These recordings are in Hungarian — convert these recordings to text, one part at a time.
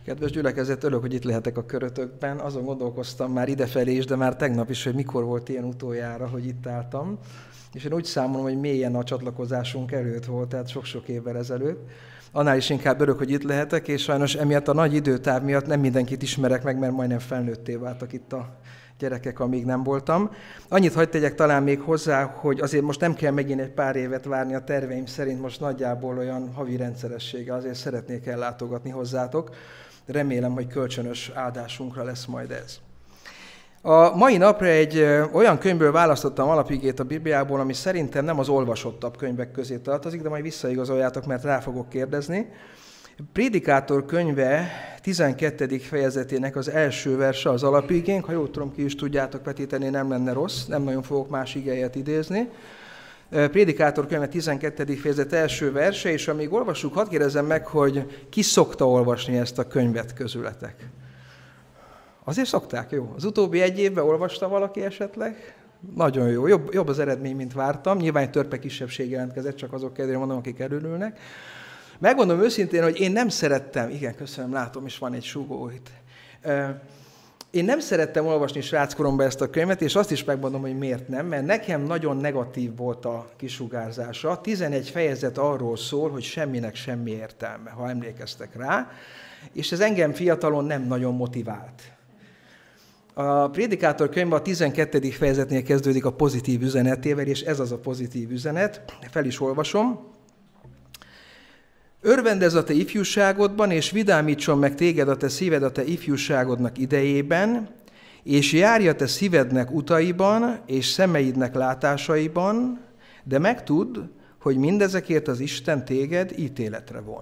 Kedves gyülekezet, örülök, hogy itt lehetek a körötökben. Azon gondolkoztam már idefelé is, de már tegnap is, hogy mikor volt ilyen utoljára, hogy itt álltam. És én úgy számolom, hogy mélyen a csatlakozásunk előtt volt, tehát sok-sok évvel ezelőtt. Annál is inkább örülök, hogy itt lehetek, és sajnos emiatt a nagy időtáv miatt nem mindenkit ismerek meg, mert majdnem felnőtté váltak itt a gyerekek, amíg nem voltam. Annyit hadd tegyek talán még hozzá, hogy azért most nem kell megint egy pár évet várni a terveim szerint, most nagyjából olyan havi rendszerességgel azért szeretnék ellátogatni hozzátok. Remélem, hogy kölcsönös áldásunkra lesz majd ez. A mai napra egy olyan könyvből választottam alapigét a Bibliából, ami szerintem nem az olvasottabb könyvek közé tartozik, de majd visszaigazoljátok, mert rá fogok kérdezni. Prédikátor könyve 12. fejezetének az első verse az alapigénk, ha jól tudom, ki is tudjátok vetíteni, nem lenne rossz, nem nagyon fogok más igéjét idézni. Prédikátor könyve 12. fejezet első verse, és amíg olvassuk, hadd kérdezzem meg, hogy ki szokta olvasni ezt a könyvet közületek? Azért szokták, jó? Az utóbbi egy évben olvasta valaki esetleg? Nagyon jó. Jobb az eredmény, mint vártam. Nyilván törpe kisebbség jelentkezett, csak azok kedvére mondom, akik örülnek. Megmondom őszintén, hogy én nem szerettem, igen, köszönöm, látom, is van egy súgó itt. Én nem szerettem olvasni sráckoromban ezt a könyvet, és azt is megmondom, hogy miért nem, mert nekem nagyon negatív volt a kisugárzása. 11 fejezet arról szól, hogy semminek semmi értelme, ha emlékeztek rá, és ez engem fiatalon nem nagyon motivált. A Prédikátor könyve a 12. fejezetnél kezdődik a pozitív üzenetével, és ez az a pozitív üzenet, fel is olvasom. Örvendezz a te ifjúságodban, és vidámítson meg téged a te szíved a te ifjúságodnak idejében, és járj a te szívednek utaiban, és szemeidnek látásaiban, de megtudd, hogy mindezekért az Isten téged ítéletre von.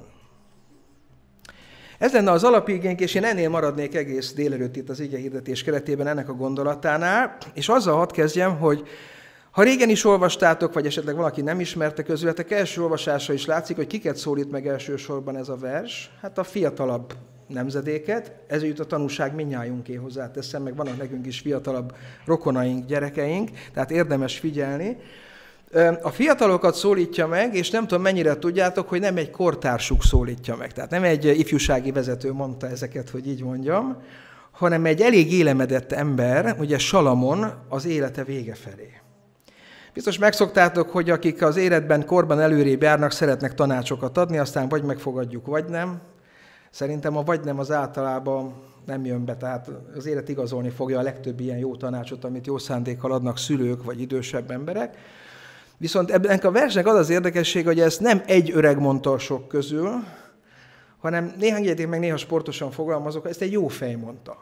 Ez lenne az alapigénk, és én ennél maradnék egész délelőtt itt az igehirdetés keretében ennek a gondolatánál, és azzal hadd kezdjem, hogy ha régen is olvastátok, vagy esetleg valaki nem ismerte közületek, első olvasásra is látszik, hogy kiket szólít meg elsősorban ez a vers. Hát a fiatalabb nemzedéket, ez jut a tanúság mindnyájunké, hozzáteszem, meg vannak nekünk is fiatalabb rokonaink, gyerekeink, tehát érdemes figyelni. A fiatalokat szólítja meg, és nem tudom mennyire tudjátok, hogy nem egy kortársuk szólítja meg. Tehát nem egy ifjúsági vezető mondta ezeket, hogy így mondjam, hanem egy elég élemedett ember, ugye Salamon az élete vége felé. Biztos megszoktátok, hogy akik az életben korban előrébb járnak, szeretnek tanácsokat adni, aztán vagy megfogadjuk, vagy nem. Szerintem a vagy nem az általában nem jön be, tehát az élet igazolni fogja a legtöbb ilyen jó tanácsot, amit jó szándékkal adnak szülők vagy idősebb emberek. Viszont ennek a versnek az az érdekessége, hogy ezt nem egy öreg mondta a sok közül, hanem néha sportosan fogalmazok, ezt egy jó fej mondta.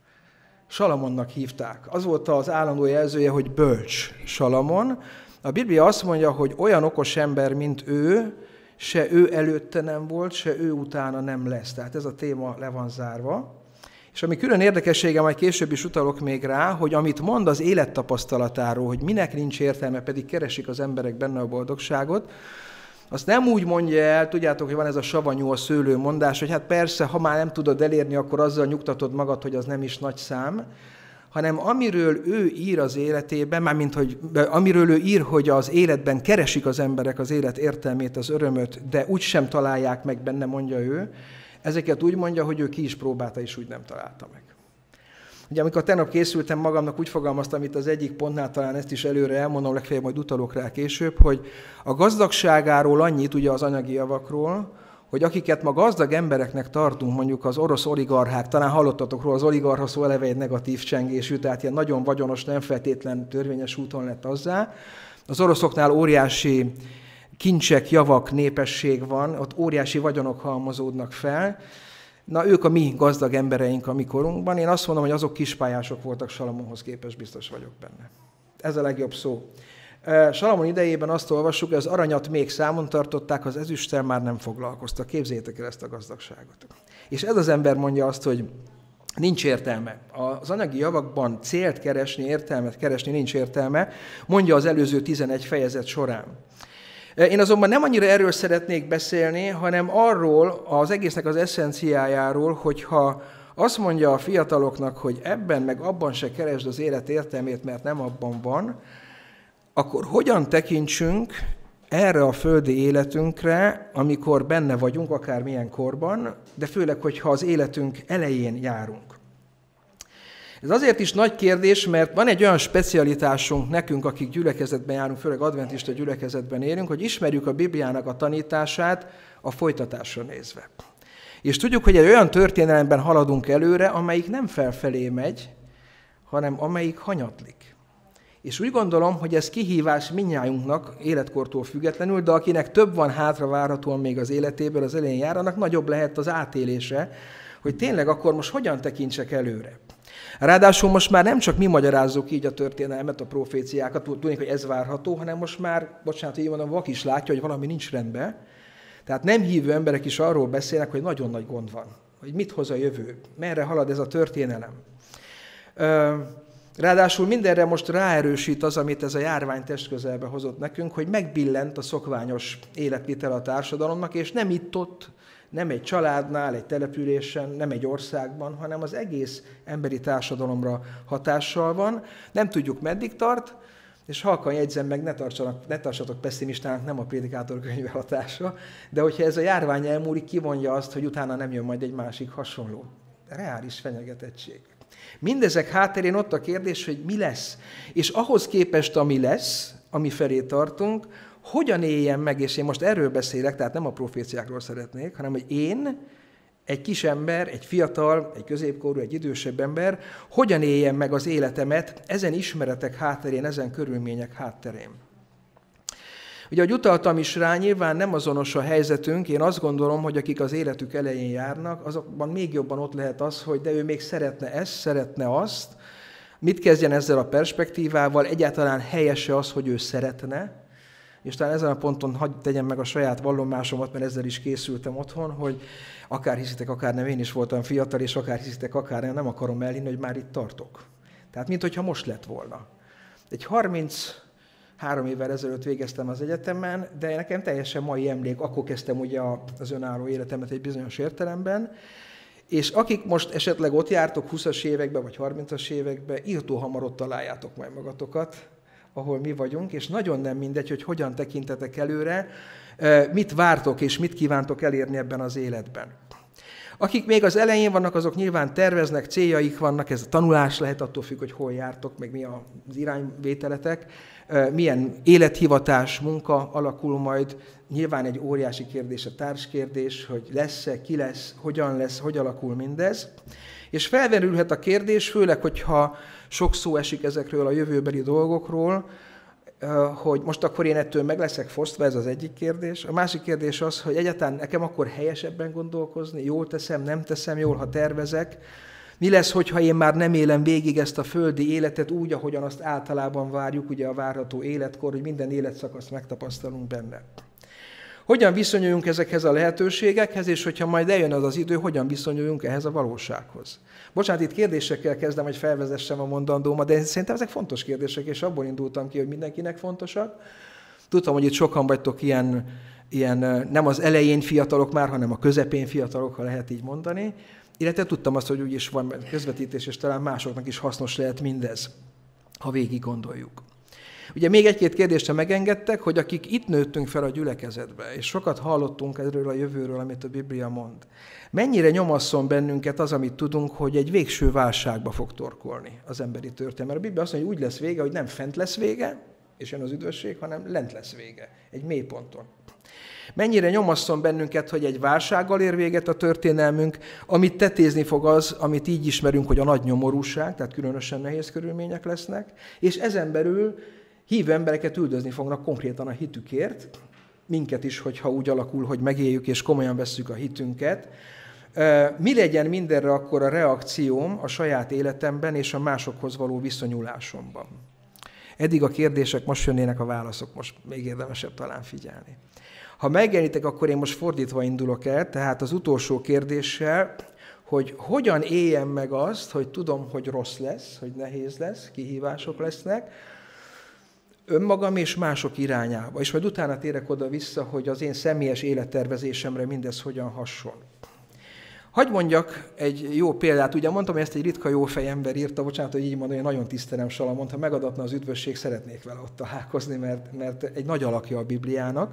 Salamonnak hívták. Az volt az állandó jelzője, hogy bölcs Salamon. A Biblia azt mondja, hogy olyan okos ember, mint ő, se ő előtte nem volt, se ő utána nem lesz. Tehát ez a téma le van zárva. És ami külön érdekessége, majd később is utalok még rá, hogy amit mond az élettapasztalatáról, hogy minek nincs értelme, pedig keresik az emberek benne a boldogságot, azt nem úgy mondja el, tudjátok, hogy van ez a savanyú a szőlő mondás, hogy hát persze, ha már nem tudod elérni, akkor azzal nyugtatod magad, hogy az nem is nagy szám, hanem amiről ő ír az életében, mármint hogy amiről ő ír, hogy az életben keresik az emberek az élet értelmét, az örömöt, de úgysem találják meg benne, mondja ő, ezeket úgy mondja, hogy ő ki is próbálta, és úgy nem találta meg. Ugye amikor tegnap készültem magamnak, úgy fogalmaztam itt az egyik pontnál, talán ezt is előre elmondom, legfeljebb majd utalok rá később, hogy a gazdagságáról annyit, ugye az anyagi javakról, hogy akiket ma gazdag embereknek tartunk, mondjuk az orosz oligarchák, talán hallottatok róla, az oligarcha szó eleve egy negatív csengésű, tehát ilyen nagyon vagyonos, nem feltétlen törvényes úton lett azzá. Az oroszoknál óriási kincsek, javak, népesség van, ott óriási vagyonok halmozódnak fel. Na, ők a mi gazdag embereink a mi korunkban. Én azt mondom, hogy azok kispályások voltak Salamonhoz képest, biztos vagyok benne. Ez a legjobb szó. Salamon idejében azt olvassuk, hogy az aranyat még számon tartották, az ezüsttel már nem foglalkoztak. Képzeljétek el ezt a gazdagságot. És ez az ember mondja azt, hogy nincs értelme. Az anyagi javakban célt keresni, értelmet keresni nincs értelme, mondja az előző 11 fejezet során. Én azonban nem annyira erről szeretnék beszélni, hanem arról, az egésznek az eszenciájáról, hogyha azt mondja a fiataloknak, hogy ebben meg abban se keresd az élet értelmét, mert nem abban van, akkor hogyan tekintsünk erre a földi életünkre, amikor benne vagyunk, akármilyen korban, de főleg, hogyha az életünk elején járunk. Ez azért is nagy kérdés, mert van egy olyan specialitásunk nekünk, akik gyülekezetben járunk, főleg adventista gyülekezetben élünk, hogy ismerjük a Bibliának a tanítását a folytatásra nézve. És tudjuk, hogy egy olyan történelemben haladunk előre, amelyik nem felfelé megy, hanem amelyik hanyatlik. És úgy gondolom, hogy ez kihívás mindnyájunknak, életkortól függetlenül, de akinek több van hátra várhatóan még az életéből, az elején jár, annak nagyobb lehet az átélése, hogy tényleg akkor most hogyan tekintsek előre. Ráadásul most már nem csak mi magyarázzuk így a történelmet, a proféciákat, tudjuk, hogy ez várható, hanem most már, bocsánat, így mondom, vak is látja, hogy valami nincs rendben. Tehát nem hívő emberek is arról beszélnek, hogy nagyon nagy gond van, hogy mit hoz a jövő, merre halad ez a történelem. Ráadásul mindenre most ráerősít az, amit ez a járvány testközelbe hozott nekünk, hogy megbillent a szokványos életvitel a társadalomnak, és nem itt-ott, nem egy családnál, egy településen, nem egy országban, hanem az egész emberi társadalomra hatással van. Nem tudjuk, meddig tart, és halkan jegyzem meg, ne tartsatok pessimistának, nem a Prédikátor könyve hatása, de hogyha ez a járvány elmúlik, kivonja azt, hogy utána nem jön majd egy másik hasonló. Reális fenyegetettség. Mindezek hátterén ott a kérdés, hogy mi lesz. És ahhoz képest, ami lesz, ami felé tartunk, hogyan éljen meg, és én most erről beszélek, tehát nem a proféciákról szeretnék, hanem hogy én, egy kis ember, egy fiatal, egy középkorú, egy idősebb ember, hogyan éljen meg az életemet ezen ismeretek hátterén, ezen körülmények hátterén. Ugye, ahogy utaltam is rá, nyilván nem azonos a helyzetünk, én azt gondolom, hogy akik az életük elején járnak, azokban még jobban ott lehet az, hogy de ő még szeretne ezt, szeretne azt, mit kezdjen ezzel a perspektívával, egyáltalán helyese az, hogy ő szeretne, és talán ezen a ponton hadd tegyem meg a saját vallomásomat, mert ezzel is készültem otthon, hogy akár hiszitek, akár nem, én is voltam fiatal, és akár hiszitek, akár nem akarom elhinni, hogy már itt tartok. Tehát, minthogyha most lett volna. Egy 33 évvel ezelőtt végeztem az egyetemen, de nekem teljesen mai emlék, akkor kezdtem ugye az önálló életemet egy bizonyos értelemben, és akik most esetleg ott jártok 20-as években, vagy 30-as években, írtó hamar ott találjátok majd magatokat, ahol mi vagyunk, és nagyon nem mindegy, hogy hogyan tekintetek előre, mit vártok és mit kívántok elérni ebben az életben. Akik még az elején vannak, azok nyilván terveznek, céljaik vannak, ez a tanulás lehet, attól függ, hogy hol jártok, meg mi az irányvételetek, milyen élethivatás, munka alakul majd. Nyilván egy óriási kérdés, a társkérdés, hogy lesz-e, ki lesz, hogy alakul mindez. És felmerülhet a kérdés, főleg, hogyha sok szó esik ezekről a jövőbeli dolgokról, hogy most akkor én ettől meg leszek fosztva, ez az egyik kérdés. A másik kérdés az, hogy egyáltalán nekem akkor helyesebben gondolkozni, jól teszem, nem teszem jól, ha tervezek. Mi lesz, hogyha én már nem élem végig ezt a földi életet úgy, ahogyan azt általában várjuk, ugye a várható életkor, hogy minden életszakaszt megtapasztalunk benne. Hogyan viszonyuljunk ezekhez a lehetőségekhez, és hogyha majd eljön az az idő, hogyan viszonyuljunk ehhez a valósághoz. Bocsánat, itt kérdésekkel kezdem, hogy felvezessem a mondandómat, de szerintem ezek fontos kérdések, és abból indultam ki, hogy mindenkinek fontosak. Tudtam, hogy itt sokan vagytok ilyen nem az elején fiatalok már, hanem a közepén fiatalok, ha lehet így mondani. Illetve tudtam azt, hogy úgyis van közvetítés, és talán másoknak is hasznos lehet mindez, ha végig gondoljuk. Ugye még egy-két kérdést megengedtek, hogy akik itt nőttünk fel a gyülekezetbe, és sokat hallottunk erről a jövőről, amit a Biblia mond. Mennyire nyomasszon bennünket az, amit tudunk, hogy egy végső válságba fog torkolni az emberi történelem. Mert a Biblia azt mondja, hogy úgy lesz vége, hogy nem fent lesz vége, és jön az üdvösség, hanem lent lesz vége, egy mélyponton. Mennyire nyomasszon bennünket, hogy egy válsággal ér véget a történelmünk, amit tetézni fog az, amit így ismerünk, hogy a nagy nyomorúság, tehát különösen nehéz körülmények lesznek, és ezen belül hívő embereket üldözni fognak konkrétan a hitükért, minket is, hogyha úgy alakul, hogy megéljük és komolyan vesszük a hitünket. Mi legyen mindenre akkor a reakcióm a saját életemben és a másokhoz való viszonyulásomban? Eddig a kérdések, most jönnének a válaszok, most még érdemesebb talán figyelni. Ha megjelenítek, akkor én most fordítva indulok el, tehát az utolsó kérdéssel, hogy hogyan éljem meg azt, hogy tudom, hogy rossz lesz, hogy nehéz lesz, kihívások lesznek, önmagam és mások irányába. És majd utána térek oda-vissza, hogy az én személyes élettervezésemre mindez hogyan hasson. Hagy mondjak egy jó példát. Ugye mondtam, hogy ezt egy ritka jófej ember írta, bocsánat, hogy így mondom, én nagyon tisztelem Salamont, ha megadatna az üdvösség, szeretnék vele ott találkozni, mert egy nagy alakja a Bibliának.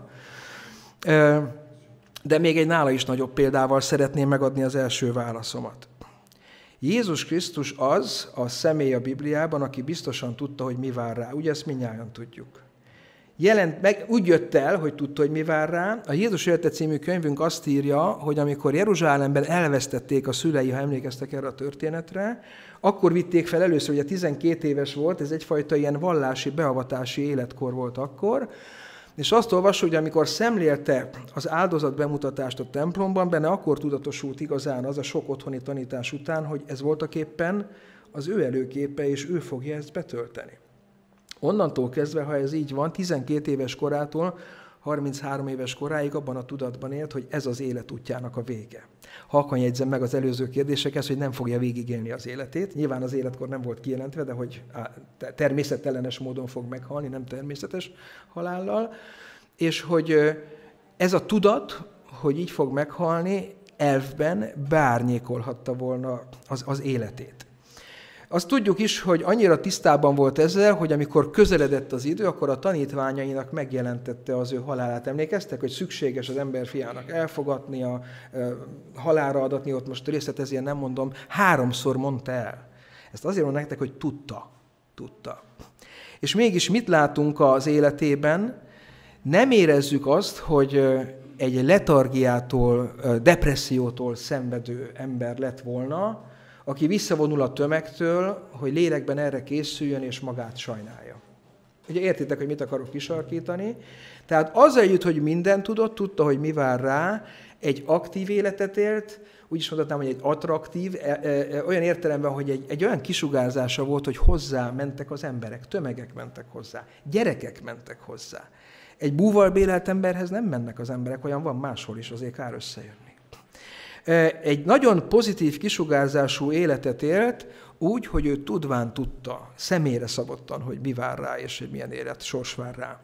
De még egy nála is nagyobb példával szeretném megadni az első válaszomat. Jézus Krisztus az a személy a Bibliában, aki biztosan tudta, hogy mi vár rá. Ugye ezt mindnyájan tudjuk. Úgy jött el, hogy tudta, hogy mi vár rá. A Jézus élete című könyvünk azt írja, hogy amikor Jeruzsálemben elvesztették a szülei, ha emlékeztek erre a történetre, akkor vitték fel először, ugye 12 éves volt, ez egyfajta ilyen vallási, beavatási életkor volt akkor, és azt olvassuk, hogy amikor szemlélte az áldozat bemutatást a templomban, benne akkor tudatosult igazán az a sok otthoni tanítás után, hogy ez voltaképpen az ő előképe, és ő fogja ezt betölteni. Onnantól kezdve, ha ez így van, 12 éves korától 33 éves koráig abban a tudatban élt, hogy ez az élet útjának a vége. Halkan jegyzem meg az előző kérdésekhez, hogy nem fogja végigélni az életét. Nyilván az életkor nem volt kijelentve, de hogy természetellenes módon fog meghalni, nem természetes halállal. És hogy ez a tudat, hogy így fog meghalni, elvben beárnyékolhatta volna az életét. Azt tudjuk is, hogy annyira tisztában volt ezzel, hogy amikor közeledett az idő, akkor a tanítványainak megjelentette az ő halálát. Emlékeztek, hogy szükséges az emberfiának elfogadnia, halálra adatni, ott most részletezően nem mondom, 3-szor mondta el. Ezt azért mondom nektek, hogy tudta. És mégis mit látunk az életében? Nem érezzük azt, hogy egy letargiától, depressziótól szenvedő ember lett volna, aki visszavonul a tömegtől, hogy lélekben erre készüljön, és magát sajnálja. Ugye értitek, hogy mit akarok kisarkítani? Tehát azzal együtt, hogy mindent tudta, hogy mi vár rá, egy aktív életet élt, úgy is mondhatnám, hogy egy attraktív, olyan értelemben, hogy egy olyan kisugárzása volt, hogy hozzá mentek az emberek, tömegek mentek hozzá, gyerekek mentek hozzá. Egy búval bélelt emberhez nem mennek az emberek, olyan van máshol is, azért kár összejönni. Egy nagyon pozitív kisugárzású életet élt, úgy, hogy ő tudván tudta, személyre szabottan, hogy mi vár rá, és hogy milyen élet, sors vár rá.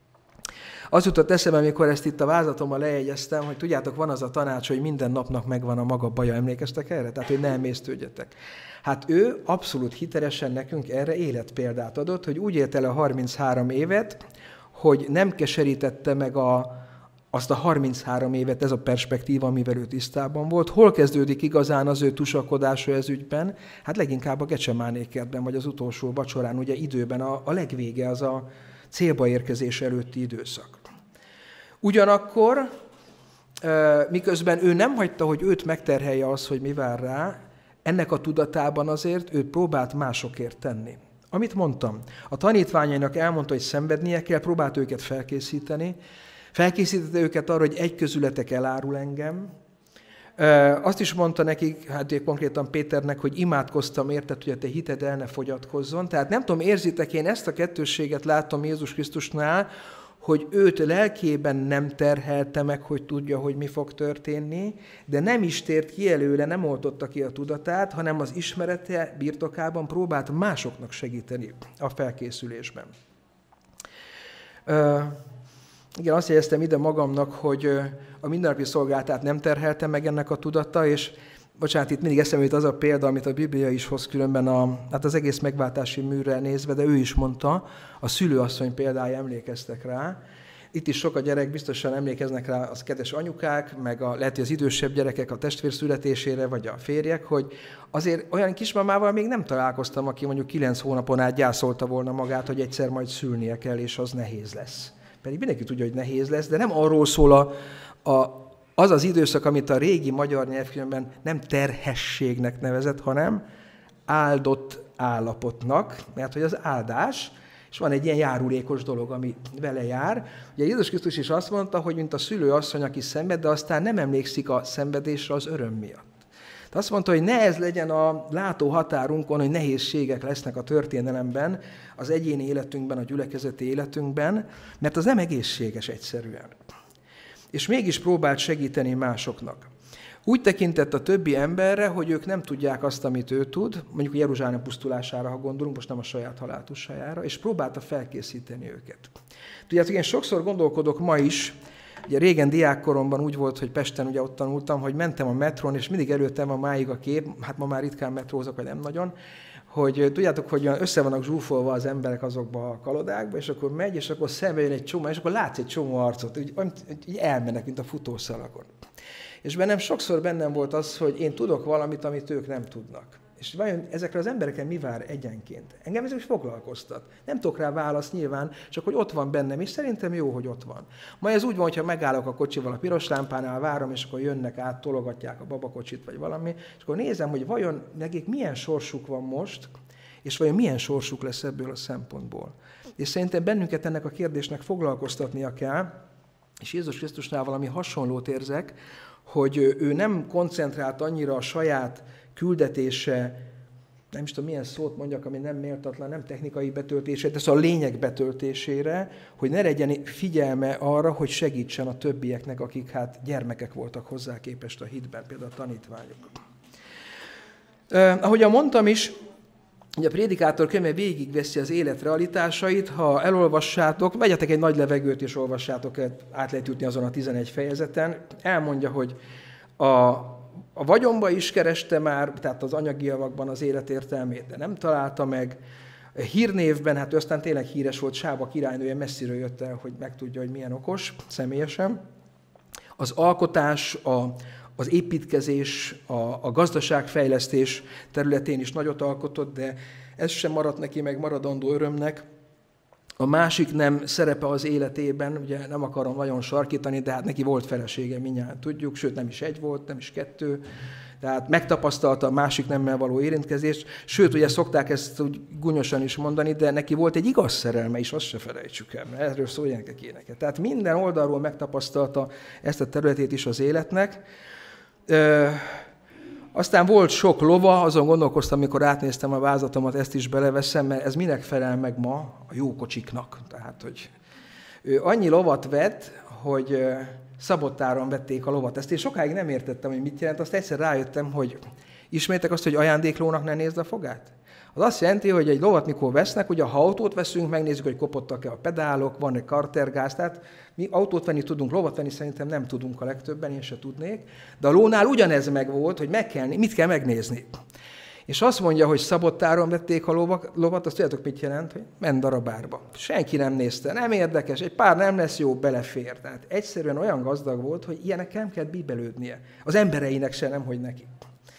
Az jutott eszembe, amikor ezt itt a vázlatommal lejegyeztem, hogy tudjátok, van az a tanács, hogy minden napnak megvan a maga baja, emlékeztek erre? Tehát, hogy ne emésztődjetek. Hát ő abszolút hitelesen nekünk erre életpéldát adott, hogy úgy élt el a 33 évet, hogy nem keserítette meg azt a 33 évet, ez a perspektíva, amivel ő tisztában volt. Hol kezdődik igazán az ő tusakodása ez ügyben? Hát leginkább a Gecsemáné kertben, vagy az utolsó vacsorán, ugye időben a legvége, az a célba érkezés előtti időszak. Ugyanakkor, miközben ő nem hagyta, hogy őt megterhelje az, hogy mi vár rá, ennek a tudatában azért ő próbált másokért tenni. Amit mondtam, a tanítványainak elmondta, hogy szenvednie kell, próbált őket felkészíteni, felkészítette őket arra, hogy egy közületek elárul engem. Azt is mondta nekik, hát konkrétan Péternek, hogy imádkoztam érted, hogy a te hited el ne fogyatkozzon. Tehát nem tudom, érzitek, én ezt a kettősséget látom Jézus Krisztusnál, hogy őt lelkében nem terhelte meg, hogy tudja, hogy mi fog történni, de nem is tért ki előle, nem oltotta ki a tudatát, hanem az ismerete birtokában próbált másoknak segíteni a felkészülésben. Igen, azt jegyeztem ide magamnak, hogy a mindennapi szolgálatát nem terhelte meg ennek a tudata, és bocsánat, itt mindig eszembe jut az a példa, amit a Biblia is hoz különben az egész megváltási műre nézve, de ő is mondta, a szülőasszony példája, emlékeztek rá. Itt is sok a gyerek, biztosan emlékeznek rá az kedves anyukák, meg lehet, hogy az idősebb gyerekek a testvér születésére, vagy a férjek, hogy azért olyan kismamával még nem találkoztam, aki mondjuk 9 hónapon át gyászolta volna magát, hogy egyszer majd szülnie kell, és az nehéz lesz. Pedig mindenki tudja, hogy nehéz lesz, de nem arról szól az az időszak, amit a régi magyar nyelvkönyvben nem terhességnek nevezett, hanem áldott állapotnak, mert hogy az áldás, és van egy ilyen járulékos dolog, ami vele jár. Ugye Jézus Krisztus is azt mondta, hogy mint a szülőasszony, aki szenved, de aztán nem emlékszik a szenvedésre az öröm miatt. Tehát azt mondta, hogy ne ez legyen a látó határunkon, hogy nehézségek lesznek a történelemben, az egyéni életünkben, a gyülekezeti életünkben, mert az nem egészséges egyszerűen. És mégis próbált segíteni másoknak. Úgy tekintett a többi emberre, hogy ők nem tudják azt, amit ő tud, mondjuk a Jeruzsálem pusztulására, ha gondolunk, most nem a saját haláltussájára, és próbálta felkészíteni őket. Tudjátok, én sokszor gondolkodok ma is, Ugye régen diákkoromban úgy volt, hogy Pesten ugye ott tanultam, hogy mentem a metrón, és mindig előttem a máig a kép, hát ma már ritkán metrózok, vagy nem nagyon, hogy tudjátok, hogy össze vannak zsúfolva az emberek azokba a kalodákba, és akkor megy, és akkor szembe jön egy csomó, és akkor látsz egy csomó arcot, úgy elmennek, mint a futószalagon. És sokszor bennem volt az, hogy én tudok valamit, amit ők nem tudnak. És vajon ezekre az embereken mi vár egyenként? Engem ez is foglalkoztat. Nem tudok rá választ nyilván, csak hogy ott van bennem, és szerintem jó, hogy ott van. Ma ez úgy van, hogyha megállok a kocsival a piros lámpánál, várom, és akkor jönnek át, tologatják a babakocsit, vagy valami, és akkor nézem, hogy vajon nekik milyen sorsuk van most, és vajon milyen sorsuk lesz ebből a szempontból. És szerintem bennünket ennek a kérdésnek foglalkoztatnia kell, és Jézus Krisztusnál valami hasonlót érzek, hogy ő nem koncentrált annyira a saját küldetése, nem is tudom milyen szót mondjak, ami nem méltatlan, nem technikai betöltésére, de szóval a lényeg betöltésére, hogy ne legyen figyelme arra, hogy segítsen a többieknek, akik hát gyermekek voltak hozzá képest a hitben, például a tanítványok. Ahogyan mondtam is, ugye a prédikátor könyve végigveszi az élet realitásait, ha elolvassátok, vegyetek egy nagy levegőt és olvassátok, át lehet jutni azon a 11 fejezeten, elmondja, hogy a vagyonba is kereste már, tehát az anyagi javakban az élet értelmét, de nem találta meg. A hírnévben, hát ő aztán tényleg híres volt, Sába királynője messziről jött el, hogy megtudja, hogy milyen okos, személyesen. Az alkotás, az építkezés, a gazdaságfejlesztés területén is nagyot alkotott, de ez sem maradt neki meg maradandó örömnek. A másik nem szerepe az életében, ugye nem akarom nagyon sarkítani, de hát neki volt felesége, mindjárt tudjuk, sőt nem is egy volt, nem is kettő, tehát megtapasztalta a másik nemmel való érintkezést, sőt, ugye szokták ezt úgy gúnyosan is mondani, de neki volt egy igaz szerelme is, azt se felejtsük el, mert erről szólják a éneket. Tehát minden oldalról megtapasztalta ezt a területét is az életnek. Aztán volt sok lova, azon gondolkoztam, amikor átnéztem a vázlatomat, ezt is beleveszem, mert ez minek felel meg ma a jó kocsiknak. Tehát, hogy ő annyi lovat vett, hogy szabottáron vették a lovat. Ezt én sokáig nem értettem, hogy mit jelent, azt egyszer rájöttem, hogy ismétek azt, hogy ajándéklónak ne nézd a fogát? Az azt jelenti, hogy egy lovat mikor vesznek, ugye ha autót veszünk, megnézzük, hogy kopottak-e a pedálok, van egy kartergáz, tehát mi autót venni tudunk, lovat venni szerintem nem tudunk a legtöbben, én se tudnék, de a lónál ugyanez megvolt, hogy mit kell megnézni. És azt mondja, hogy szabottáron vették a lovat, azt tudjátok, mit jelent, hogy ment darabárba. Senki nem nézte, nem érdekes, egy pár nem lesz jó, belefér. Tehát egyszerűen olyan gazdag volt, hogy ilyenek nem kellett bíbelődnie. Az embereinek se, nemhogy neki.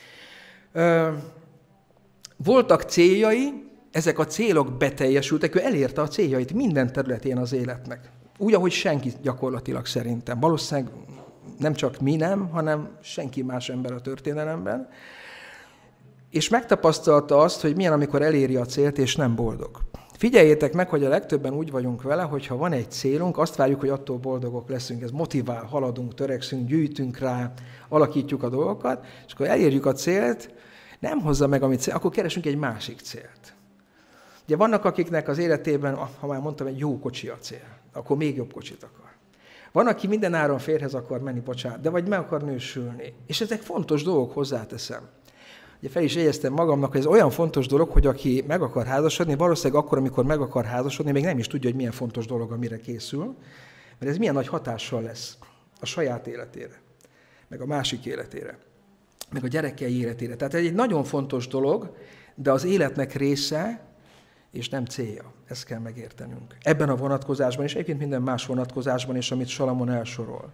Voltak céljai, ezek a célok beteljesültek, ő elérte a céljait minden területén az életnek. Úgy, ahogy senki gyakorlatilag szerintem. Valószínűleg nem csak mi nem, hanem senki más ember a történelemben. És megtapasztalta azt, hogy milyen, amikor eléri a célt, és nem boldog. Figyeljétek meg, hogy a legtöbben úgy vagyunk vele, hogy ha van egy célunk, azt várjuk, hogy attól boldogok leszünk. Ez motivál, haladunk, törekszünk, gyűjtünk rá, alakítjuk a dolgokat, és akkor elérjük a célt, nem hozza meg, amit cél, akkor keresünk egy másik célt. Ugye vannak, akiknek az életében, ha már mondtam, egy jó kocsi a cél, akkor még jobb kocsit akar. Van, aki minden áron férhez akar menni, bocsánat, de vagy meg akar nősülni. És ezek fontos dolgok, hozzáteszem. Ugye fel is jegyeztem magamnak, hogy ez olyan fontos dolog, hogy aki meg akar házasodni, valószínűleg akkor, amikor meg akar házasodni, még nem is tudja, hogy milyen fontos dolog, amire készül, mert ez milyen nagy hatással lesz a saját életére, meg a másik életére, meg a gyerekei életére. Tehát ez egy nagyon fontos dolog, de az életnek része, és nem célja. Ezt kell megértenünk. Ebben a vonatkozásban, és egyébként minden más vonatkozásban is, amit Salamon elsorol.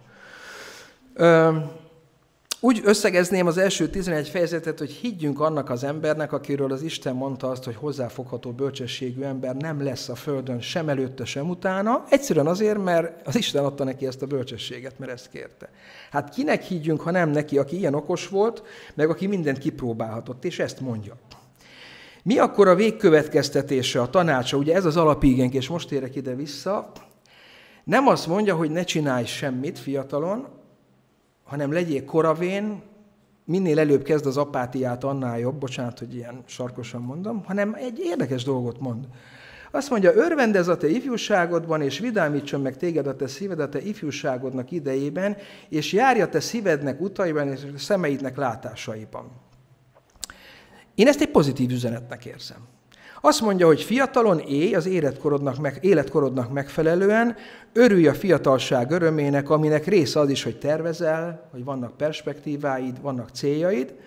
Úgy összegezném az első 11 fejezetet, hogy higgyünk annak az embernek, akiről az Isten mondta azt, hogy hozzáfogható bölcsességű ember nem lesz a földön sem előtte, sem utána. Egyszerűen azért, mert az Isten adta neki ezt a bölcsességet, mert ezt kérte. Hát kinek higgyünk, ha nem neki, aki ilyen okos volt, meg aki mindent kipróbálhatott, és ezt mondja. Mi akkor a végkövetkeztetése, a tanácsa? Ugye ez az alapigénk, és most érek ide vissza. Nem azt mondja, hogy ne csinálj semmit fiatalon, hanem legyél koravén, minél előbb kezd az apátiát, annál jobb, bocsánat, hogy ilyen sarkosan mondom, hanem egy érdekes dolgot mond. Azt mondja, örvendezz a te ifjúságodban, és vidámítson meg téged a te szíved a te ifjúságodnak idejében, és járj a te szívednek utaiban, és a szemeidnek látásaiban. Én ezt egy pozitív üzenetnek érzem. Azt mondja, hogy fiatalon élj az életkorodnak megfelelően, örülj a fiatalság örömének, aminek része az is, hogy tervezel, hogy vannak perspektíváid, vannak céljaid.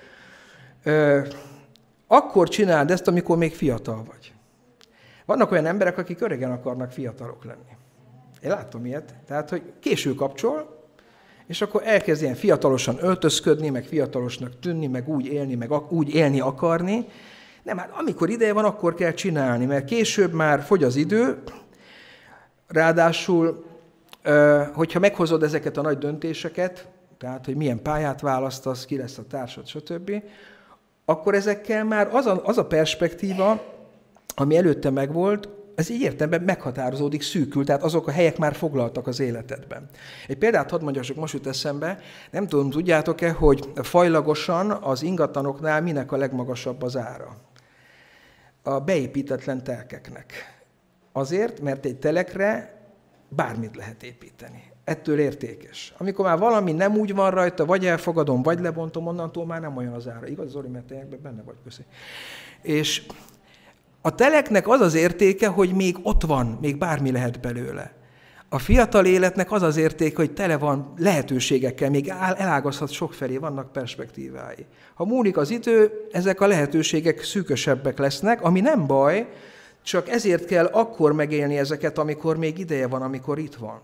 Akkor csináld ezt, amikor még fiatal vagy. Vannak olyan emberek, akik öregen akarnak fiatalok lenni. Én látom ilyet. Tehát, hogy késő kapcsol, és akkor elkezd ilyen fiatalosan öltözködni, meg fiatalosnak tűnni, meg úgy élni, meg úgy élni akarni. Nem, hát amikor ideje van, akkor kell csinálni, mert később már fogy az idő, ráadásul, hogyha meghozod ezeket a nagy döntéseket, tehát, hogy milyen pályát választasz, ki lesz a társad, stb., akkor ezekkel már az a perspektíva, ami előtte megvolt, ez így értelemben meghatározódik, szűkül, tehát azok a helyek már foglaltak az életedben. Egy példát hadd mondjak, most jut eszembe, nem tudom, tudjátok-e, hogy fajlagosan az ingatlanoknál minek a legmagasabb az ára? A beépítetlen telkeknek. Azért, mert egy telekre bármit lehet építeni. Ettől értékes. Amikor már valami nem úgy van rajta, vagy elfogadom, vagy lebontom, onnantól már nem olyan az ára. Igaz, Zoli, mert telekben benne vagy, köszi. És a teleknek az az értéke, hogy még ott van, még bármi lehet belőle. A fiatal életnek az az értéke, hogy tele van lehetőségekkel, még elágazhat sokfelé, vannak perspektívái. Ha múlik az idő, ezek a lehetőségek szűkösebbek lesznek, ami nem baj, csak ezért kell akkor megélni ezeket, amikor még ideje van, amikor itt van.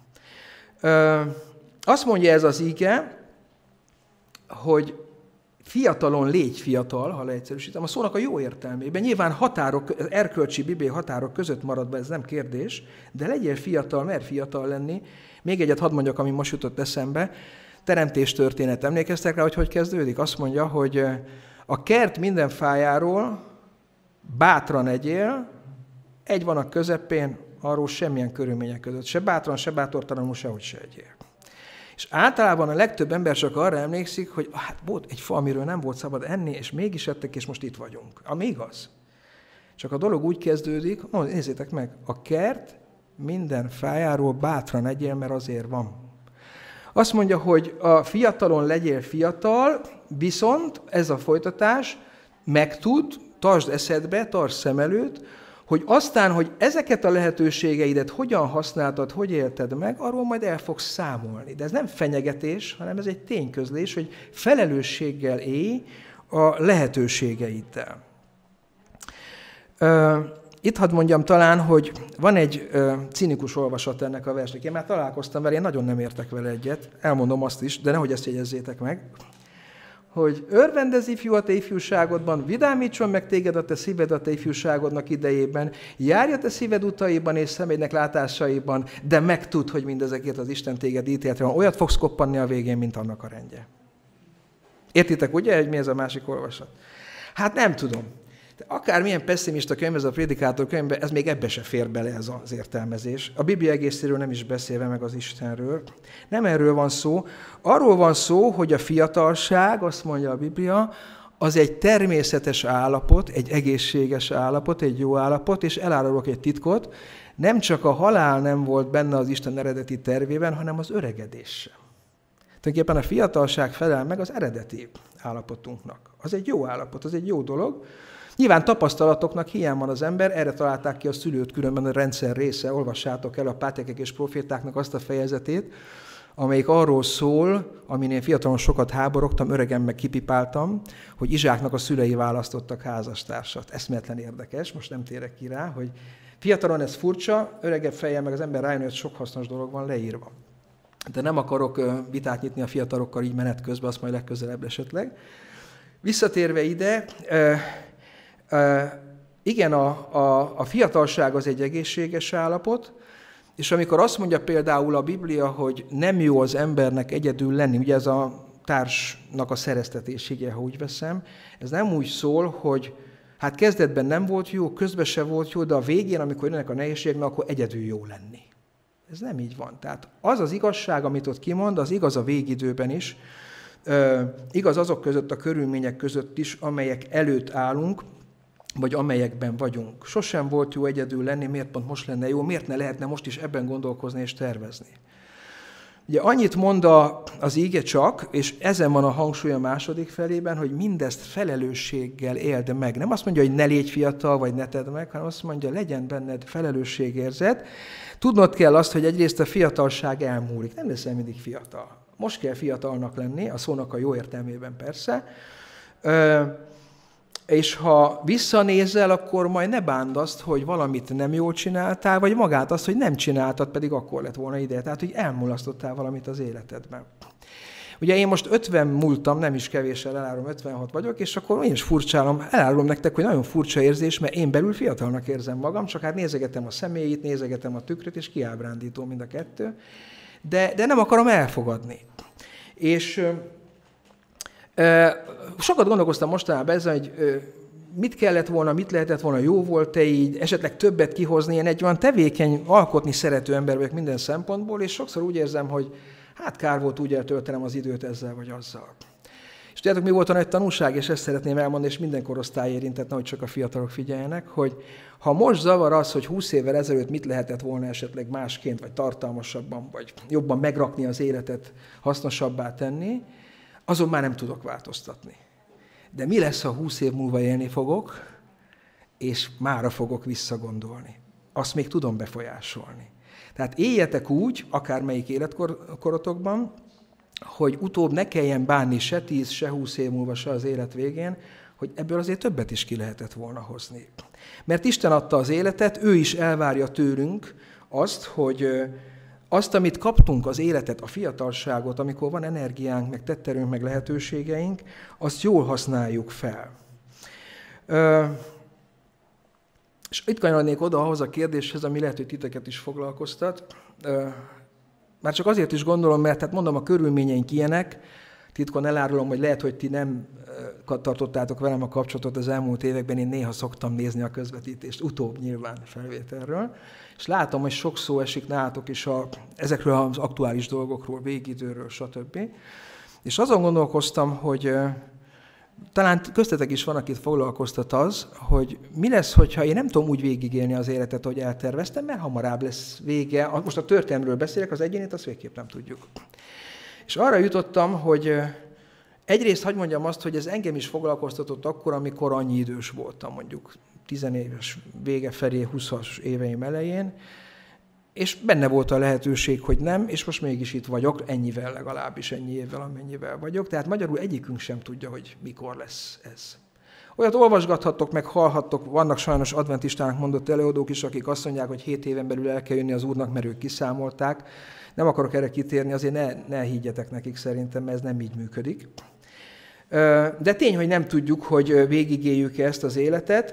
Azt mondja ez az ige, hogy fiatalon légy fiatal, ha leegyszerűsítem, a szónak a jó értelmében. Nyilván határok, erkölcsi bibliai határok között marad be, ez nem kérdés, de legyél fiatal, mer fiatal lenni. Még egyet hadd mondjak, ami most jutott eszembe. Teremtéstörténet. Emlékeztek rá, hogy kezdődik? Azt mondja, hogy a kert minden fájáról bátran egyél, egy van a közepén, arról semmilyen körülmények között. Se bátran, se bátortalanul, sehogy se egyél. És általában a legtöbb ember csak arra emlékszik, hogy hát volt egy fa, amiről nem volt szabad enni, és mégis ettek, és most itt vagyunk. Ami igaz. Csak a dolog úgy kezdődik, nézzétek meg, a kert minden fájáról bátran egyél, mert azért van. Azt mondja, hogy a fiatalon legyél fiatal, viszont ez a folytatás megtud, tartsd eszedbe, tartsd szem előtt, hogy aztán, hogy ezeket a lehetőségeidet hogyan használtad, hogy élted meg, arról majd el fogsz számolni. De ez nem fenyegetés, hanem ez egy tényközlés, hogy felelősséggel élj a lehetőségeiddel. Itt hadd mondjam talán, hogy van egy cinikus olvasat ennek a versnek. Én már találkoztam vele, én nagyon nem értek vele egyet, elmondom azt is, de nehogy ezt jegyezzétek meg, hogy örvendezz ifjú a te ifjúságodban, vidámítson meg téged a te szíved a te ifjúságodnak idejében, járj a te szíved utaiban és személynek látásaiban, de megtudd, hogy mindezekért az Isten téged ítélte van. Olyat fogsz koppanni a végén, mint annak a rendje. Értitek, ugye, hogy mi ez a másik olvasat? Hát nem tudom. De akármilyen pessimista könyv ez a Prédikátor könyvben, ez még ebbe se fér bele ez az értelmezés. A Biblia egészéről nem is beszélve meg az Istenről. Nem erről van szó. Arról van szó, hogy a fiatalság, azt mondja a Biblia, az egy természetes állapot, egy egészséges állapot, egy jó állapot, és elárulok egy titkot, nem csak a halál nem volt benne az Isten eredeti tervében, hanem az öregedés sem. Tulajdonképpen a fiatalság felel meg az eredeti állapotunknak. Az egy jó állapot, az egy jó dolog. Nyilván tapasztalatoknak hiány van az ember, erre találták ki a szülőt különben a rendszer része, olvassátok el a pátriárkák és profétáknak azt a fejezetét, amelyik arról szól, amin én fiatalon sokat háborogtam, öregen meg kipipáltam, hogy Izsáknak a szülei választottak házastársat. Eszméletlen érdekes, most nem térek ki rá, hogy fiatalon ez furcsa, öregebb fejjel meg az ember rájön, hogy sok hasznos dolog van leírva. De nem akarok vitát nyitni a fiatalokkal így menet közben, azt majd legközelebb esetleg. Visszatérve ide, igen, a fiatalság az egy egészséges állapot, és amikor azt mondja például a Biblia, hogy nem jó az embernek egyedül lenni, ugye ez a társnak a szereztetés igye, ha úgy veszem, ez nem úgy szól, hogy hát kezdetben nem volt jó, közben se volt jó, de a végén, amikor jönnek a nehézségek, akkor egyedül jó lenni. Ez nem így van. Tehát az az igazság, amit ott kimond, az igaz a végidőben is, igaz azok között, a körülmények között is, amelyek előtt állunk, vagy amelyekben vagyunk. Sosem volt jó egyedül lenni, miért pont most lenne jó, miért ne lehetne most is ebben gondolkozni és tervezni. Ugye annyit mond az íge csak, és ezen van a hangsúly a második felében, hogy mindezt felelősséggel éld meg. Nem azt mondja, hogy ne légy fiatal, vagy ne tedd meg, hanem azt mondja, legyen benned felelősségérzet. Tudnod kell azt, hogy egyrészt a fiatalság elmúlik. Nem leszel mindig fiatal. Most kell fiatalnak lenni, a szónak a jó értelmében persze. És ha visszanézel, akkor majd ne bánd azt, hogy valamit nem jól csináltál, vagy magát azt, hogy nem csináltad, pedig akkor lett volna ideje. Tehát, hogy elmulasztottál valamit az életedben. Ugye én most 50 múltam, nem is kevéssel elárulom, 56 vagyok, és akkor én is furcsálom, elárulom nektek, hogy nagyon furcsa érzés, mert én belül fiatalnak érzem magam, csak hát nézegetem a személyét, nézegetem a tükröt, és kiábrándító mind a kettő. De nem akarom elfogadni. És sokat gondolkoztam mostanában ezzel, hogy mit kellett volna, mit lehetett volna, jó volt-e így, esetleg többet kihozni. Én egy olyan tevékeny, alkotni szerető ember vagyok minden szempontból, és sokszor úgy érzem, hogy hát kár volt úgy eltöltenem az időt ezzel vagy azzal. És tudjátok, mi volt a nagy tanulság, és ezt szeretném elmondani, és minden korosztály érintett, hogy csak a fiatalok figyeljenek, hogy ha most zavar az, hogy 20 évvel ezelőtt mit lehetett volna esetleg másként, vagy tartalmasabban, vagy jobban megrakni az életet, hasznosabbá tenni, azon már nem tudok változtatni. De mi lesz, ha 20 év múlva élni fogok, és mára fogok visszagondolni? Azt még tudom befolyásolni. Tehát éljetek úgy, akármelyik életkorotokban, hogy utóbb ne kelljen bánni se 10, se 20 év múlva, se az élet végén, hogy ebből azért többet is ki lehetett volna hozni. Mert Isten adta az életet, ő is elvárja tőlünk azt, hogy azt, amit kaptunk, az életet, a fiatalságot, amikor van energiánk, meg tetterőnk, meg lehetőségeink, azt jól használjuk fel. És itt kanyarodnék oda ahhoz a kérdéshez, ami lehet, hogy titeket is foglalkoztat. Már csak azért is gondolom, mert hát mondom, a körülményeink ilyenek, titkon elárulom, hogy lehet, hogy ti nem tartottátok velem a kapcsolatot az elmúlt években, én néha szoktam nézni a közvetítést, utóbb nyilván felvételről, és látom, hogy sok szó esik nálatok is ezekről az aktuális dolgokról, végidőről, stb. És azon gondolkoztam, hogy talán köztetek is van, akit foglalkoztat az, hogy mi lesz, hogyha én nem tudom úgy végigélni az életet, hogy elterveztem, mert hamarabb lesz vége. Most a történelmről beszélek, az egyénét azt végképp nem tudjuk. És arra jutottam, hogy egyrészt hadd mondjam azt, hogy ez engem is foglalkoztatott akkor, amikor annyi idős voltam, mondjuk 10 éves vége felé, 20-as éveim elején, és benne volt a lehetőség, hogy nem, és most mégis itt vagyok, ennyivel legalábbis, ennyi évvel, amennyivel vagyok. Tehát magyarul egyikünk sem tudja, hogy mikor lesz ez. Olyat olvasgathattok, meg hallhattok, vannak sajnos adventistának mondott előadók is, akik azt mondják, hogy 7 éven belül el kell jönni az Úrnak, mert ők kiszámolták. Nem akarok erre kitérni, azért ne higgyetek nekik szerintem, mert ez nem így működik. De tény, hogy nem tudjuk, hogy végigéljük ezt az életet,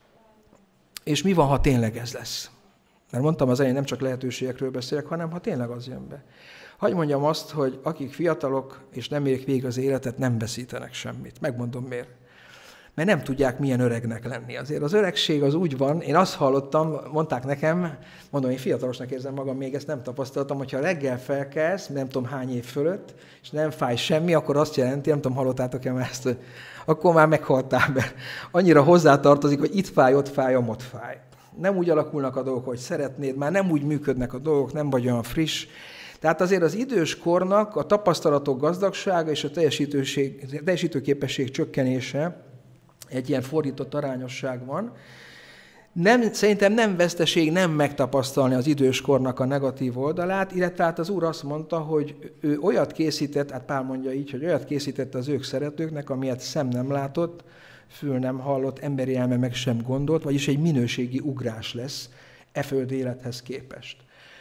és mi van, ha tényleg ez lesz. Mert mondtam az elején, nem csak lehetőségekről beszélek, hanem ha tényleg az jön be. Hadd mondjam azt, hogy akik fiatalok és nem érik végig az életet, nem veszítenek semmit. Megmondom miért. Mert nem tudják, milyen öregnek lenni. Azért az öregség az úgy van, én azt hallottam, mondták nekem, mondom, én fiatalosnak érzem magam, még ezt nem tapasztaltam, hogyha reggel felkelsz, nem tudom hány év fölött, és nem fáj semmi, akkor azt jelenti, nem tudom, hallottátok-e már ezt, hogy akkor már meghaltál be. Annyira hozzátartozik, hogy itt fáj, ott fáj. Nem úgy alakulnak a dolgok, hogy szeretnéd, már nem úgy működnek a dolgok, nem vagy olyan friss. Tehát azért az idős kornak a tapasztalatok gazdagsága és a teljesítőképesség csökkenése, egy ilyen fordított arányosság van. Szerintem nem veszteség nem megtapasztalni az időskornak a negatív oldalát, illetve hát az Úr azt mondta, hogy ő olyat készített, hát Pál mondja így, hogy olyat készített az ők szeretőknek, amilyet szem nem látott, fül nem hallott, emberi elme meg sem gondolt, vagyis egy minőségi ugrás lesz földi élethez képest.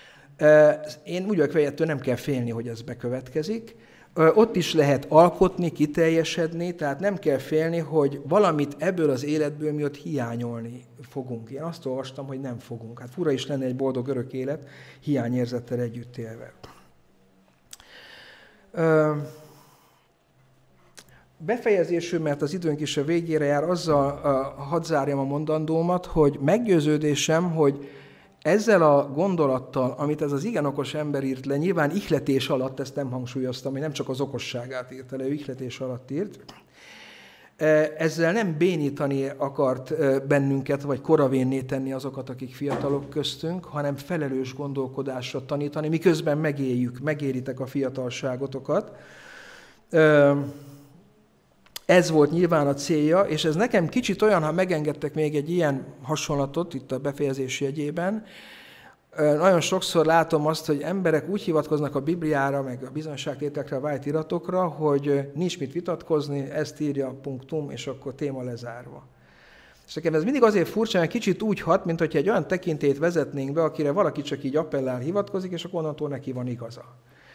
Én úgy vagyok, hogy ettől nem kell félni, hogy ez bekövetkezik. Ott is lehet alkotni, kiteljesedni, tehát nem kell félni, hogy valamit ebből az életből mi ott hiányolni fogunk. Én azt olvastam, hogy nem fogunk. Hát fura is lenne egy boldog örök élet, hiányérzettel együtt élve. Befejezésül, mert az időnk is a végére jár, azzal hadd zárjam a mondandómat, hogy meggyőződésem, hogy ezzel a gondolattal, amit ez az igen okos ember írt le, nyilván ihletés alatt, ezt nem hangsúlyoztam, hogy nem csak az okosságát írta le, ő ihletés alatt írt, Ezzel nem bénítani akart bennünket, vagy koravénné tenni azokat, akik fiatalok köztünk, hanem felelős gondolkodásra tanítani, miközben megéritek a fiatalságotokat. Ez volt nyilván a célja, és ez nekem kicsit olyan, ha megengedtek még egy ilyen hasonlatot itt a befejezés jegyében. Nagyon sokszor látom azt, hogy emberek úgy hivatkoznak a Bibliára, meg a bizonyságtételekre, a vált iratokra, hogy nincs mit vitatkozni, ezt írja, punktum, és akkor téma lezárva. És nekem ez mindig azért furcsa, mert kicsit úgy hat, mint hogyha egy olyan tekintélyt vezetnénk be, akire valaki csak így appellál, hivatkozik, és akkor onnantól neki van igaza.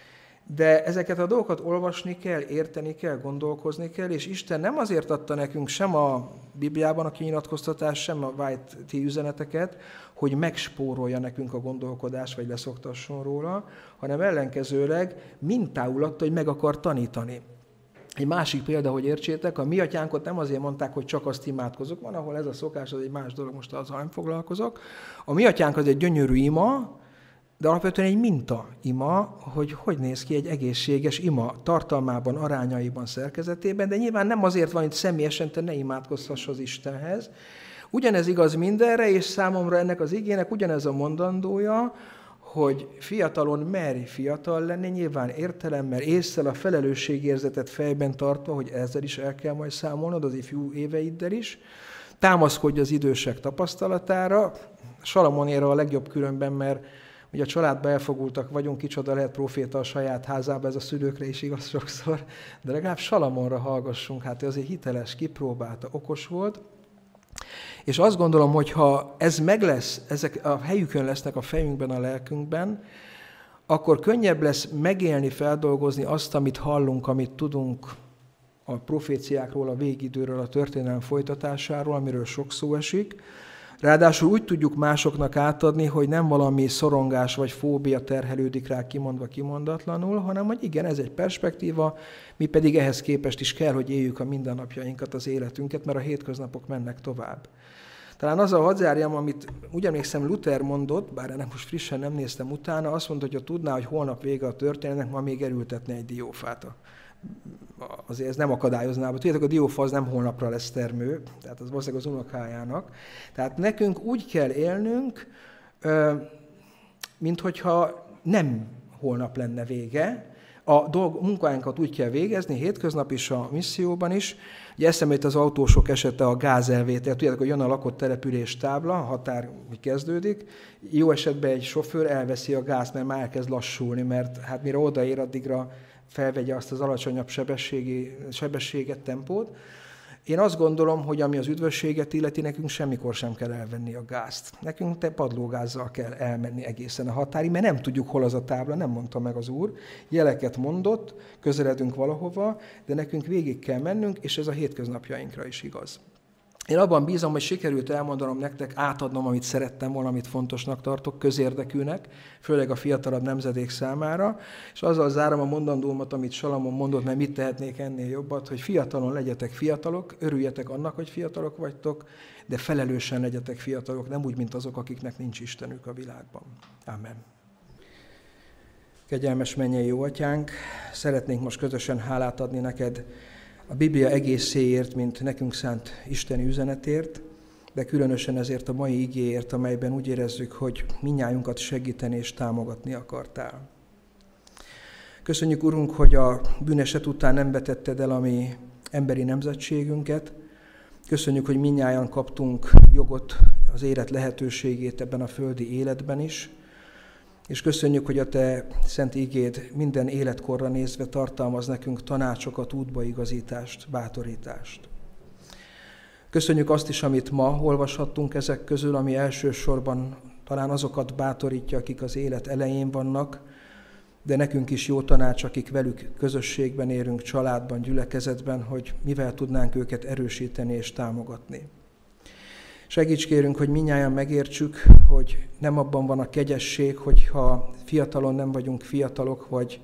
De ezeket a dolgokat olvasni kell, érteni kell, gondolkozni kell, és Isten nem azért adta nekünk sem a Bibliában a kinyilatkoztatást, sem a White üzeneteket, hogy megspórolja nekünk a gondolkodást, vagy leszoktasson róla, hanem ellenkezőleg mintául adta, hogy meg akar tanítani. Egy másik példa, hogy értsétek, a mi atyánkot nem azért mondták, hogy csak azt imádkozok, van, ahol ez a szokás, az egy más dolog, most azzal nem foglalkozok. A mi atyánk az egy gyönyörű ima, de alapvetően egy minta ima, hogy néz ki egy egészséges ima tartalmában, arányaiban, szerkezetében, de nyilván nem azért van, hogy személyesen te ne imádkozhass az Istenhez. Ugyanez igaz mindenre, és számomra ennek az igének ugyanez a mondandója, hogy fiatalon merj fiatal lenni, nyilván értelemmel, ésszel a felelősségérzetet fejben tartva, hogy ezzel is el kell majd számolnod, az ifjú éveiddel is. Támaszkodj az idősek tapasztalatára, Salamonéra a legjobb különben, mert ugye a családban elfogultak vagyunk, kicsoda lehet próféta a saját házába, ez a szülőkre is igaz sokszor, de legalább Salamonra hallgassunk, hát ő azért hiteles, kipróbálta, okos volt. És azt gondolom, hogy ha ez meg lesz, ezek a helyükön lesznek a fejünkben, a lelkünkben, akkor könnyebb lesz megélni, feldolgozni azt, amit hallunk, amit tudunk a proféciákról, a végidőről, a történelem folytatásáról, amiről sok szó esik. Ráadásul úgy tudjuk másoknak átadni, hogy nem valami szorongás vagy fóbia terhelődik rá kimondva kimondatlanul, hanem hogy igen, ez egy perspektíva, mi pedig ehhez képest is kell, hogy éljük a mindennapjainkat, az életünket, mert a hétköznapok mennek tovább. Talán azzal hadd zárjam, amit úgy emlékszem Luther mondott, bár ennek most frissen nem néztem utána, azt mondta, hogy ha tudná, hogy holnap vége a történetnek, ma még erültetne egy diófát. Azért ez nem akadályozná, tudjátok, a diófa az nem holnapra lesz termő, tehát az valószínűleg az unokájának. Tehát nekünk úgy kell élnünk, minthogyha nem holnap lenne vége. A munkáinkat úgy kell végezni, hétköznap is, a misszióban is. Ugye eszembe jut az autósok esete, a gázelvétel. Tudjátok, hogy jön a lakott település tábla, a határ kezdődik. Jó esetben egy sofőr elveszi a gázt, mert már elkezd lassulni, mert hát mire odaér, addigra felvegye azt az alacsonyabb sebességet, tempót. Én azt gondolom, hogy ami az üdvösséget illeti, nekünk semmikor sem kell elvenni a gázt. Nekünk padlógázzal kell elmenni egészen a határig, mert nem tudjuk, hol az a tábla, nem mondta meg az Úr. Jeleket mondott, közeledünk valahova, de nekünk végig kell mennünk, és ez a hétköznapjainkra is igaz. Én abban bízom, hogy sikerült elmondanom nektek, átadnom, amit szerettem volna, amit fontosnak tartok, közérdekűnek, főleg a fiatalabb nemzedék számára, és azzal zárom a mondandómat, amit Salamon mondott, mert mit tehetnék ennél jobbat, hogy fiatalon legyetek fiatalok, örüljetek annak, hogy fiatalok vagytok, de felelősen legyetek fiatalok, nem úgy, mint azok, akiknek nincs Istenük a világban. Amen. Kegyelmes mennyei jó atyánk, szeretnénk most közösen hálát adni neked a Biblia egészéért, mint nekünk szánt isteni üzenetért, de különösen ezért a mai igéért, amelyben úgy érezzük, hogy mindnyájunkat segíteni és támogatni akartál. Köszönjük, Urunk, hogy a bűneset után nem vetetted el a mi emberi nemzetségünket. Köszönjük, hogy mindnyájan kaptunk jogot, az élet lehetőségét ebben a földi életben is. És köszönjük, hogy a te szent igéd minden életkorra nézve tartalmaz nekünk tanácsokat, útbaigazítást, bátorítást. Köszönjük azt is, amit ma olvashattunk ezek közül, ami elsősorban talán azokat bátorítja, akik az élet elején vannak, de nekünk is jó tanács, akik velük közösségben érünk, családban, gyülekezetben, hogy mivel tudnánk őket erősíteni és támogatni. Segíts kérünk, hogy mindnyájan megértsük, hogy nem abban van a kegyesség, hogyha fiatalon nem vagyunk fiatalok, vagy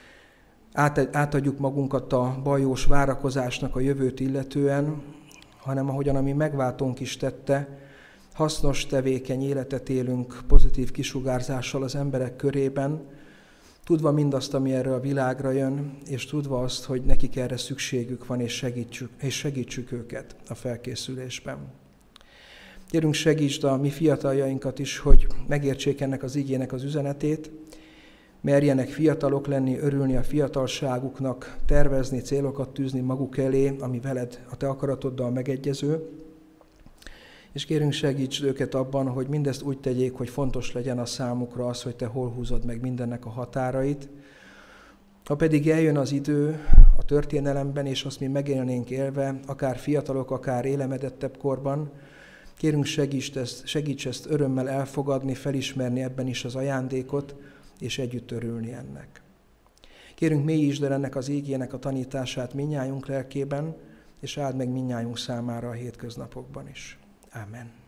átadjuk magunkat a bajós várakozásnak a jövőt illetően, hanem ahogyan a mi megváltónk is tette, hasznos, tevékeny életet élünk pozitív kisugárzással az emberek körében, tudva mindazt, ami erre a világra jön, és tudva azt, hogy nekik erre szükségük van, és segítsük őket a felkészülésben. Gyerünk, segítsd a mi fiataljainkat is, hogy megértsék ennek az igének az üzenetét, merjenek fiatalok lenni, örülni a fiatalságuknak, tervezni, célokat tűzni maguk elé, ami veled, a te akaratoddal megegyező, és kérünk, segítsd őket abban, hogy mindezt úgy tegyék, hogy fontos legyen a számukra az, hogy te hol húzod meg mindennek a határait. Ha pedig eljön az idő a történelemben, és azt mi megélnénk élve, akár fiatalok, akár élemedettebb korban, kérünk, segíts ezt örömmel elfogadni, felismerni ebben is az ajándékot, és együtt örülni ennek. Kérünk, mélyítsd el ennek az ígének a tanítását mindnyájunk lelkében, és áld meg mindnyájunk számára a hétköznapokban is. Amen.